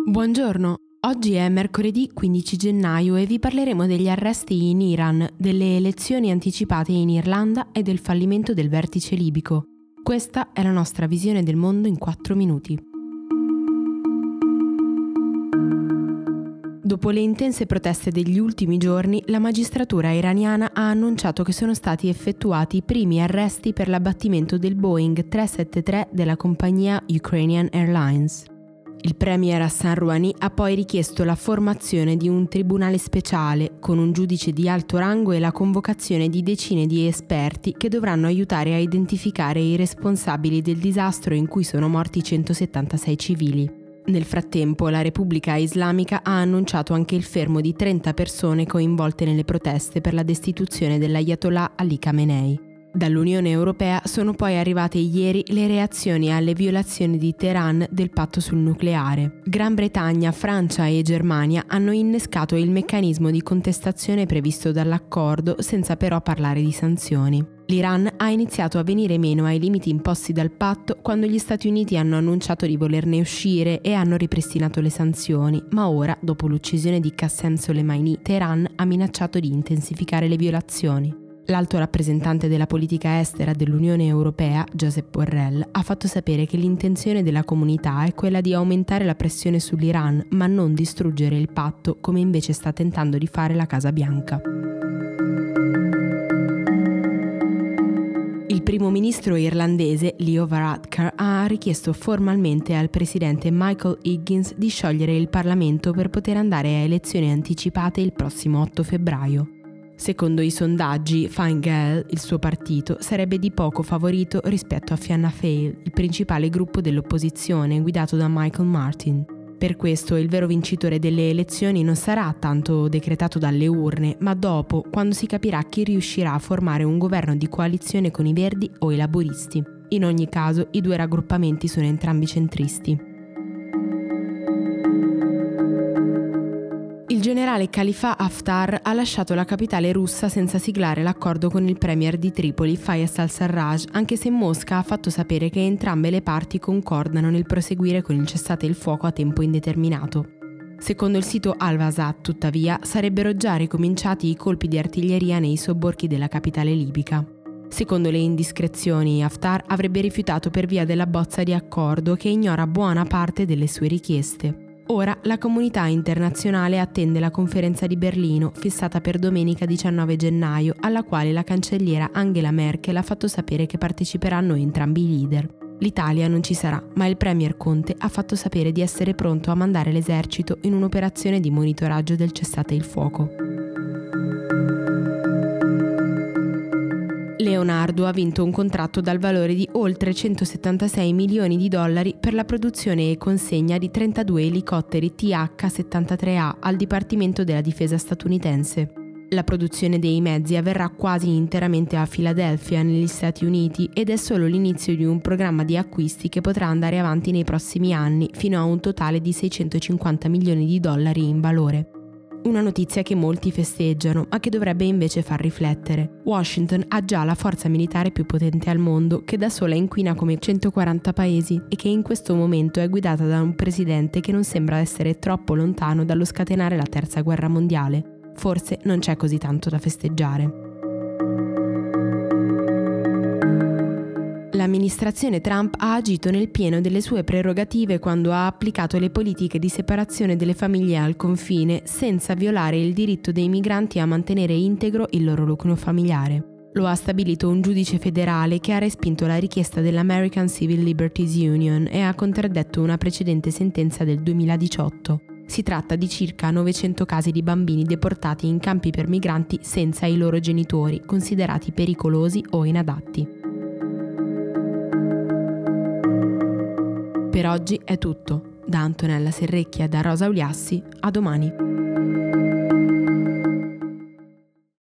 Buongiorno, oggi è mercoledì 15 gennaio e vi parleremo degli arresti in Iran, delle elezioni anticipate in Irlanda e del fallimento del vertice libico. Questa è la nostra visione del mondo in 4 minuti. Dopo le intense proteste degli ultimi giorni, la magistratura iraniana ha annunciato che sono stati effettuati i primi arresti per l'abbattimento del Boeing 373 della compagnia Ukrainian Airlines. Il premier Hassan Rouhani ha poi richiesto la formazione di un tribunale speciale con un giudice di alto rango e la convocazione di decine di esperti che dovranno aiutare a identificare i responsabili del disastro in cui sono morti 176 civili. Nel frattempo, la Repubblica Islamica ha annunciato anche il fermo di 30 persone coinvolte nelle proteste per la destituzione dell'Ayatollah Ali Khamenei. Dall'Unione Europea sono poi arrivate ieri le reazioni alle violazioni di Teheran del patto sul nucleare. Gran Bretagna, Francia e Germania hanno innescato il meccanismo di contestazione previsto dall'accordo senza però parlare di sanzioni. L'Iran ha iniziato a venire meno ai limiti imposti dal patto quando gli Stati Uniti hanno annunciato di volerne uscire e hanno ripristinato le sanzioni, ma ora, dopo l'uccisione di Qassem Soleimani, Teheran ha minacciato di intensificare le violazioni. L'alto rappresentante della politica estera dell'Unione Europea, Josep Borrell, ha fatto sapere che l'intenzione della comunità è quella di aumentare la pressione sull'Iran, ma non distruggere il patto, come invece sta tentando di fare la Casa Bianca. Il primo ministro irlandese, Leo Varadkar, ha richiesto formalmente al presidente Michael Higgins di sciogliere il Parlamento per poter andare a elezioni anticipate il prossimo 8 febbraio. Secondo i sondaggi, Fine Gael, il suo partito, sarebbe di poco favorito rispetto a Fianna Fáil, il principale gruppo dell'opposizione guidato da Michael Martin. Per questo il vero vincitore delle elezioni non sarà tanto decretato dalle urne, ma dopo, quando si capirà chi riuscirà a formare un governo di coalizione con i Verdi o i Laburisti. In ogni caso, i due raggruppamenti sono entrambi centristi. Il generale Khalifa Haftar ha lasciato la capitale russa senza siglare l'accordo con il premier di Tripoli, Fayez al-Sarraj, anche se Mosca ha fatto sapere che entrambe le parti concordano nel proseguire con il cessate il fuoco a tempo indeterminato. Secondo il sito Al-Wasat, tuttavia, sarebbero già ricominciati i colpi di artiglieria nei sobborghi della capitale libica. Secondo le indiscrezioni, Haftar avrebbe rifiutato per via della bozza di accordo che ignora buona parte delle sue richieste. Ora la comunità internazionale attende la conferenza di Berlino, fissata per domenica 19 gennaio, alla quale la cancelliera Angela Merkel ha fatto sapere che parteciperanno entrambi i leader. L'Italia non ci sarà, ma il premier Conte ha fatto sapere di essere pronto a mandare l'esercito in un'operazione di monitoraggio del cessate il fuoco. Leonardo ha vinto un contratto dal valore di oltre 176 milioni di dollari per la produzione e consegna di 32 elicotteri TH-73A al Dipartimento della Difesa statunitense. La produzione dei mezzi avverrà quasi interamente a Filadelfia, negli Stati Uniti, ed è solo l'inizio di un programma di acquisti che potrà andare avanti nei prossimi anni, fino a un totale di 650 milioni di dollari in valore. Una notizia che molti festeggiano, ma che dovrebbe invece far riflettere. Washington ha già la forza militare più potente al mondo, che da sola inquina come 140 paesi e che in questo momento è guidata da un presidente che non sembra essere troppo lontano dallo scatenare la terza guerra mondiale. Forse non c'è così tanto da festeggiare. L'amministrazione Trump ha agito nel pieno delle sue prerogative quando ha applicato le politiche di separazione delle famiglie al confine senza violare il diritto dei migranti a mantenere integro il loro nucleo familiare. Lo ha stabilito un giudice federale che ha respinto la richiesta dell'American Civil Liberties Union e ha contraddetto una precedente sentenza del 2018. Si tratta di circa 900 casi di bambini deportati in campi per migranti senza i loro genitori, considerati pericolosi o inadatti. Per oggi è tutto. Da Antonella Serrecchia e da Rosa Uliassi, a domani.